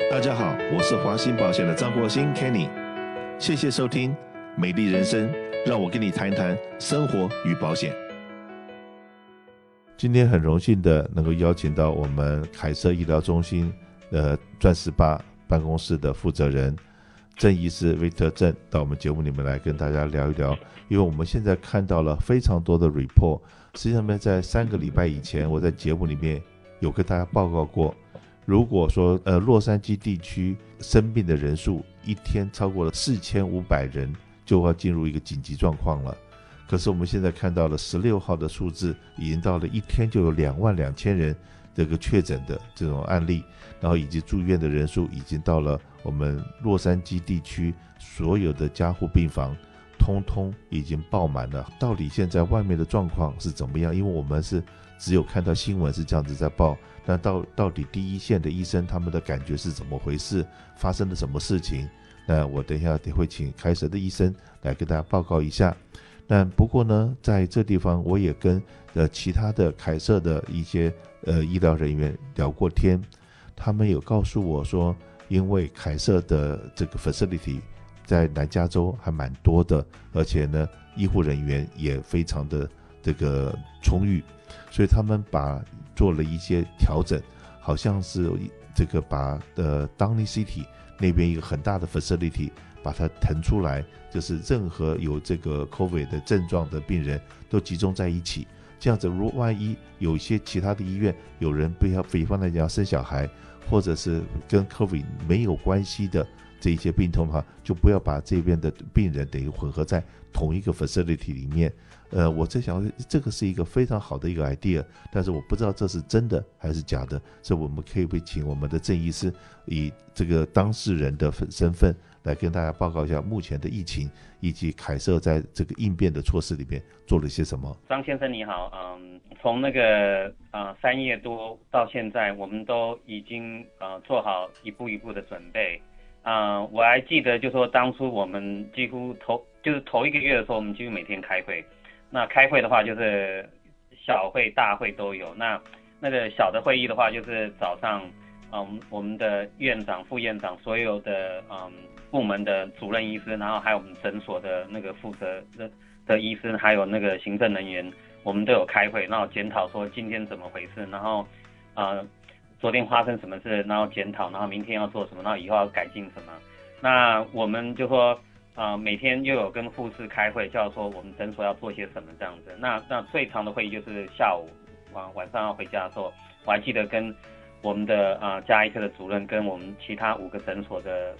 大家好，我是华兴保险的张国兴 Kenny， 谢谢收听美丽人生，让我跟你谈一谈生活与保险。今天很荣幸的能够邀请到我们凯瑟医疗中心的钻石吧办公室的负责人郑医师 Victor 郑到我们节目里面来跟大家聊一聊，因为我们现在看到了非常多的 report， 实际上在3个礼拜以前我在节目里面有跟大家报告过，如果说洛杉矶地区生病的人数一天超过了4500人，就要进入一个紧急状况了。可是我们现在看到了16号的数字已经到了一天就有22000人这个确诊的这种案例，然后以及住院的人数已经到了我们洛杉矶地区所有的加护病房通通已经爆满了。到底现在外面的状况是怎么样？因为我们是只有看到新闻是这样子在报，那到底第一线的医生他们的感觉是怎么回事，发生了什么事情？那我等一下会请凯瑟的医生来跟大家报告一下。那不过呢，在这地方我也跟其他的凯瑟的一些医疗人员聊过天，他们有告诉我说，因为凯瑟的这个 facility 在南加州还蛮多的，而且呢医护人员也非常的这个充裕，所以他们做了一些调整，好像是这个把Downey City 那边一个很大的 facility把它腾出来，就是任何有这个 COVID 的症状的病人都集中在一起。这样子，如果万一有一些其他的医院有人比方来讲生小孩，或者是跟 COVID 没有关系的这一些病痛的话，就不要把这边的病人等于混合在同一个 facility 里面。我在想这个是一个非常好的一个 idea， 但是我不知道这是真的还是假的，所以我们可以请我们的郑医师以这个当事人的身份来跟大家报告一下目前的疫情，以及凯瑟在这个应变的措施里面做了些什么。 张先生你好，从那个3月多到现在，我们都已经做好一步一步的准备。我还记得就说当初我们几乎头一个月的时候，我们几乎每天开会。那开会的话就是小会大会都有，那个小的会议的话就是早上我们的院长副院长所有的部门的主任医师，然后还有我们诊所的那个负责的医师，还有那个行政人员，我们都有开会，然后检讨说今天怎么回事，然后昨天发生什么事，然后检讨，然后明天要做什么，然后以后要改进什么。那我们就说每天又有跟护士开会，叫说我们诊所要做些什么这样子。那最长的会议就是下午晚上要回家的时候，我还记得跟我们的家医科的主任跟我们其他5个诊所的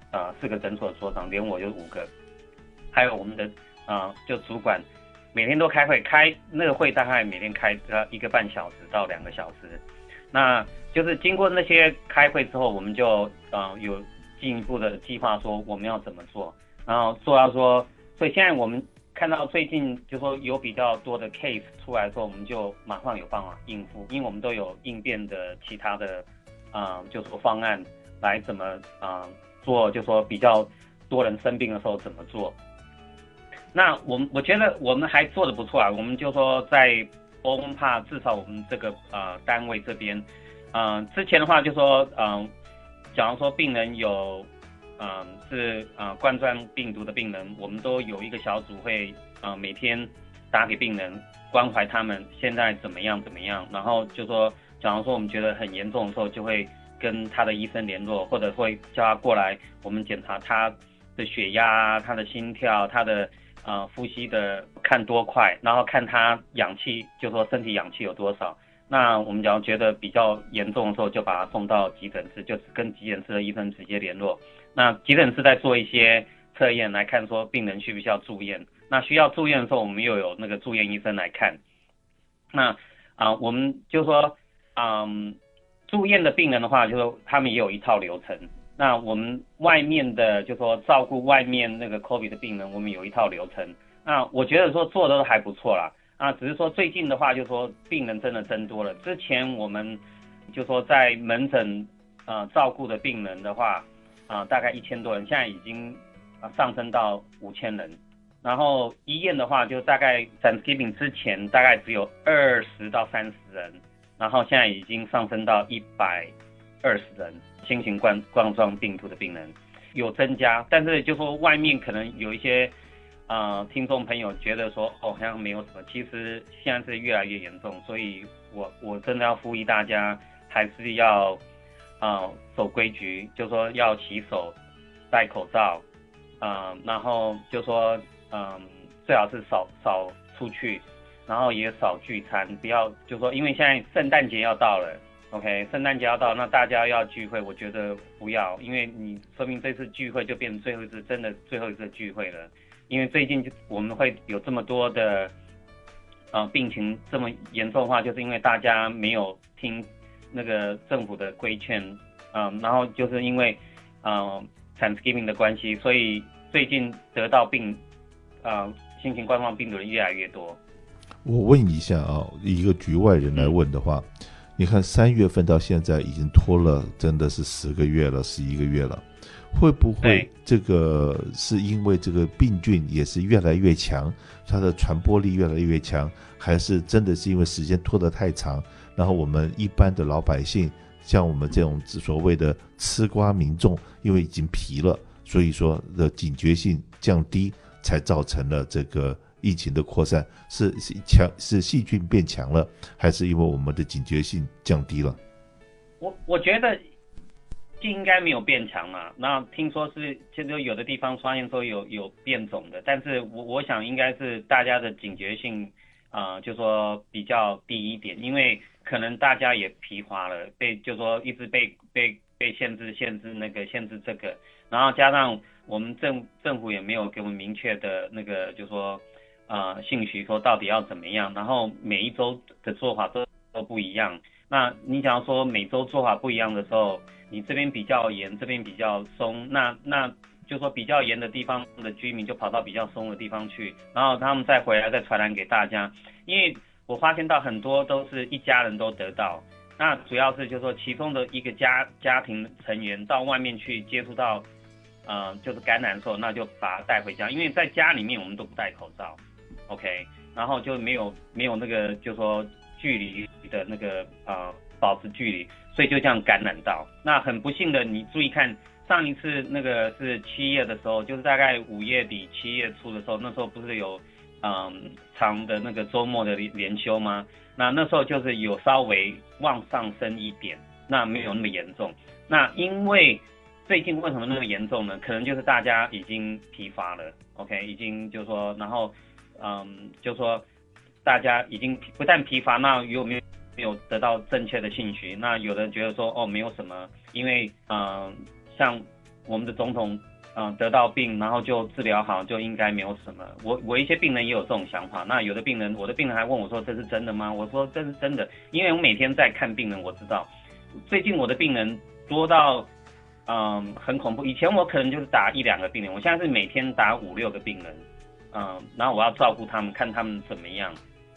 4个诊所的所长，连我就5个，还有我们的就主管，每天都开会，那个会大概每天开1个半小时到2个小时。那就是经过那些开会之后，我们就有进一步的计划说我们要怎么做，然后做到说，所以现在我们看到最近就说有比较多的 case 出来的时候，我们就马上有办法应付，因为我们都有应变的其他的就说方案来怎么做，就说比较多人生病的时候怎么做。那我觉得我们还做得不错啊，我们就说在欧文帕至少我们这个单位这边之前的话就说假如说病人有是冠状病毒的病人，我们都有一个小组会每天打给病人，关怀他们现在怎么样，然后就说假如说我们觉得很严重的时候，就会跟他的医生联络，或者会叫他过来，我们检查他的血压、他的心跳、他的呼吸的看多快，然后看他氧气，就说身体氧气有多少。那我们假如觉得比较严重的时候，就把他送到急诊室，就跟急诊室的医生直接联络。那急诊室在做一些测验来看说病人需不需要住院。那需要住院的时候，我们又有那个住院医生来看。那我们就说住院的病人的话，就说他们也有一套流程。那我们外面的就说照顾外面那个 COVID 的病人，我们有一套流程。那我觉得说做的都还不错啦。只是说最近的话，就说病人真的增多了。之前我们就说在门诊照顾的病人的话，大概1000多人，现在已经上升到5000人。然后医院的话，就大概 Thanksgiving 之前大概只有20到30人，然后现在已经上升到100 人新型冠状病毒的病人有增加，但是就说外面可能有一些听众朋友觉得说好像没有什么，其实现在是越来越严重，所以我真的要呼吁大家还是要守规矩，就说要洗手、戴口罩，然后就说最好是少出去，然后也少聚餐，不要就说因为现在圣诞节要到了。OK， 圣诞节要到，那大家要聚会，我觉得不要，因为你说明这次聚会就变成最后一次，真的最后一次聚会了。因为最近我们会有这么多的病情这么严重的话，就是因为大家没有听那个政府的规劝，然后就是因为Thanksgiving 的关系，所以最近得到新型冠状病毒的人越来越多。 我问一下以一个局外人来问的话，你看3月份到现在已经拖了，真的是10个月了，11个月了，会不会这个是因为这个病菌也是越来越强，它的传播力越来越强，还是真的是因为时间拖得太长，然后我们一般的老百姓，像我们这种所谓的吃瓜民众，因为已经疲了，所以说的警觉性降低，才造成了这个疫情的扩散，是细菌变强了，还是因为我们的警觉性降低了？ 我觉得应该没有变强嘛。那听说是其实有的地方发现说有变种的，但是我想应该是大家的警觉性就说比较低一点，因为可能大家也疲乏了，就说一直被限制那个限制这个，然后加上我们政府也没有给我们明确的那个就说信息说到底要怎么样，然后每一周的做法都不一样。那你想要说每周做法不一样的时候，你这边比较严，这边比较松，那就说比较严的地方的居民就跑到比较松的地方去，然后他们再回来再传染给大家。因为我发现到很多都是一家人都得到，那主要是就是说其中的一个家庭成员到外面去接触到就是感染的时候，那就把他带回家，因为在家里面我们都不戴口罩 ，OK， 然后就没有那个就是说距离的那个保持距离，所以就这样感染到。那很不幸的，你注意看上一次那个是7月的时候，就是大概5月底7月初的时候，那时候不是有长的那个周末的连休吗？那时候就是有稍微往上升一点，那没有那么严重。那因为最近为什么那么严重呢？可能就是大家已经疲乏了 ，OK， 已经就是说，然后就是说大家已经不但疲乏，那没有得到正确的信息。那有人觉得说没有什么，因为像我们的总统得到病，然后就治疗好，就应该没有什么。我一些病人也有这种想法。那我的病人还问我说这是真的吗？我说这是真的，因为我每天在看病人，我知道最近我的病人多到很恐怖。以前我可能就是打1-2个病人，我现在是每天打5-6个病人，然后我要照顾他们，看他们怎么样，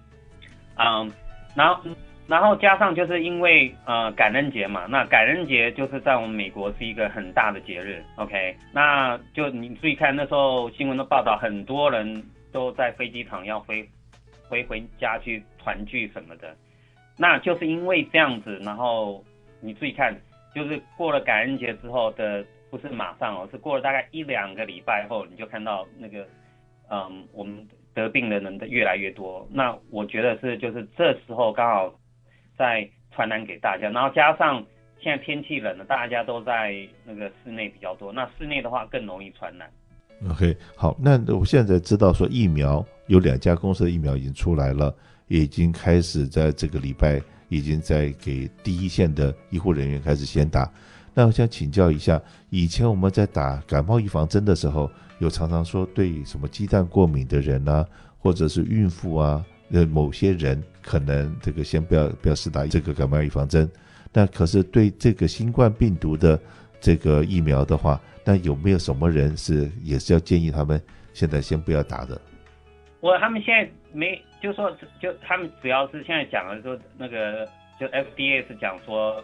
然后加上就是因为感恩节嘛，那感恩节就是在我们美国是一个很大的节日 ，OK， 那就你注意看那时候新闻的报道，很多人都在飞机场要回家去团聚什么的，那就是因为这样子，然后你注意看，就是过了感恩节之后的，不是马上是过了大概1-2个礼拜后，你就看到那个我们得病的人越来越多，那我觉得就是这时候刚好在传染给大家，然后加上现在天气冷了，大家都在那个室内比较多，那室内的话更容易传染。 OK， 好，那我现在知道说疫苗有2家公司的疫苗已经出来了，也已经开始在这个礼拜已经在给第一线的医护人员开始先打。那我想请教一下，以前我们在打感冒预防针的时候，有常常说对什么鸡蛋过敏的人啊，或者是孕妇啊，某些人可能这个先不要施打这个感冒预防针。那可是对这个新冠病毒的这个疫苗的话，那有没有什么人也是要建议他们现在先不要打的？ 他们现在没，就说就他们主要是现在讲的说那个就 FDA 是讲说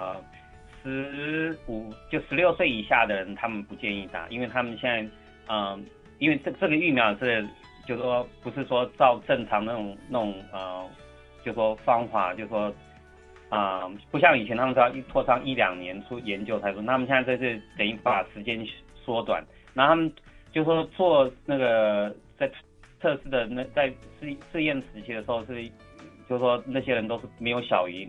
16岁以下的人他们不建议打，因为他们现在因为这个疫苗是就说不是说照正常那种就说方法就说不像以前他们要拖上1-2年出研究才说，他们现在这是等于把时间缩短，然后他们就说做那个在测试的在试验时期的时候就是说那些人都是没有小于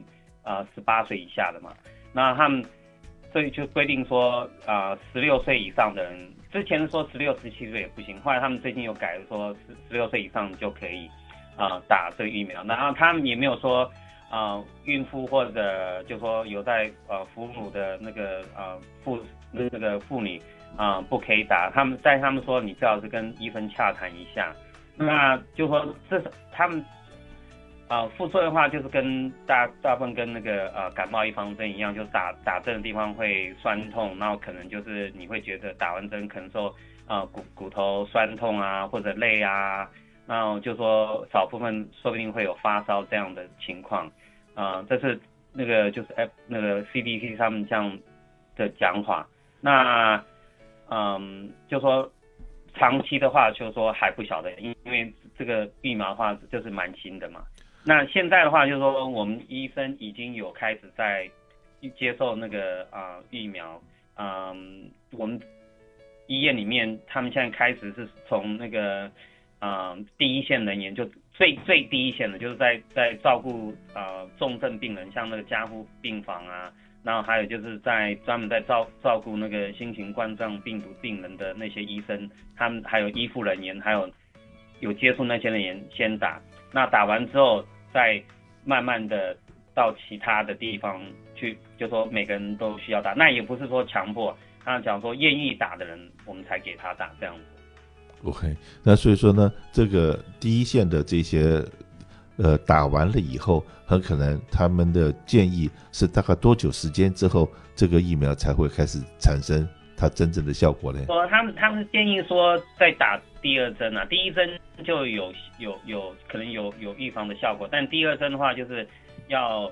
18岁以下的嘛，那他们所以就规定说16岁以上的人，之前说16、17岁也不行，后来他们最近又改了说16岁以上就可以打这个疫苗，然后他们也没有说孕妇或者就说有在哺乳的那个妇女不可以打，他们说你最好是跟医生洽谈一下，那就说这是他们副作用的话就是跟大部分跟那个感冒预防针一样，就是打针的地方会酸痛，然后可能就是你会觉得打完针可能说骨头酸痛啊或者累啊，然后就说少部分说不定会有发烧这样的情况，这是那个就是那个 CDC 他们这样的讲法。那就说长期的话就说还不晓得，因为这个疫苗的话就是蛮新的嘛。那现在的话就是说我们医生已经有开始在接受那个疫苗，我们医院里面他们现在开始是从那个第一线人员，就最第一线的就是在照顾重症病人，像那个加护病房啊，然后还有就是专门在照顾那个新型冠状病毒病人的那些医生，他们还有医护人员，还有接触那些人员先打，那打完之后再慢慢的到其他的地方去，就说每个人都需要打，那也不是说强迫，他讲说愿意打的人我们才给他打这样子。 OK， 那所以说呢，这个第一线的这些打完了以后，很可能他们的建议是大概多久时间之后，这个疫苗才会开始产生它真正的效果呢？ 他们建议说再打第二针啊，第一针就有可能有预防的效果，但第二针的话就是要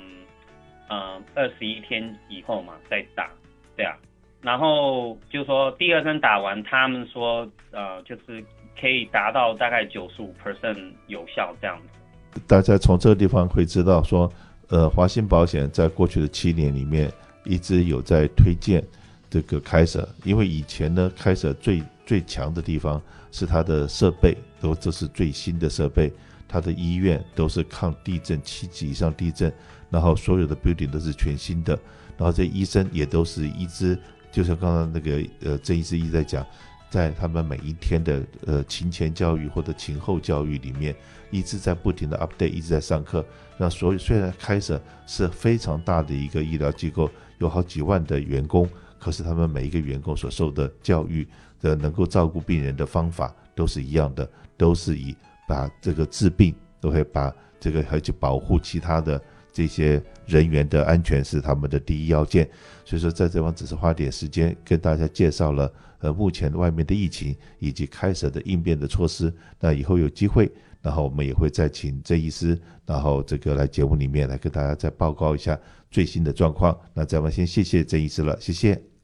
21天以后嘛再打，对啊。然后就说第二针打完，他们说就是可以达到大概95% 有效这样子。 大家从这个地方会知道说，华信保险在过去的7年里面一直有在推荐这个凯舍，因为以前呢，凯舍最强的地方是它的设备，这是最新的设备，它的医院都是抗地震7级以上地震，然后所有的 building 都是全新的，然后这医生也都是一直，就像刚刚那个郑医师一直在讲，在他们每一天的勤前教育或者勤后教育里面，一直在不停的 update， 一直在上课。那所以虽然开设是非常大的一个医疗机构，有好几万的员工，可是他们每一个员工所受的教育的能够照顾病人的方法都是一样的，都是以把这个治病，都会把这个还去保护其他的这些人员的安全是他们的第一要件。所以说在这方只是花点时间跟大家介绍了目前外面的疫情以及开设的应变的措施。那以后有机会，然后我们也会再请郑医师，然后这个来节目里面来跟大家再报告一下最新的状况。那咱们先谢谢郑医师了，谢谢。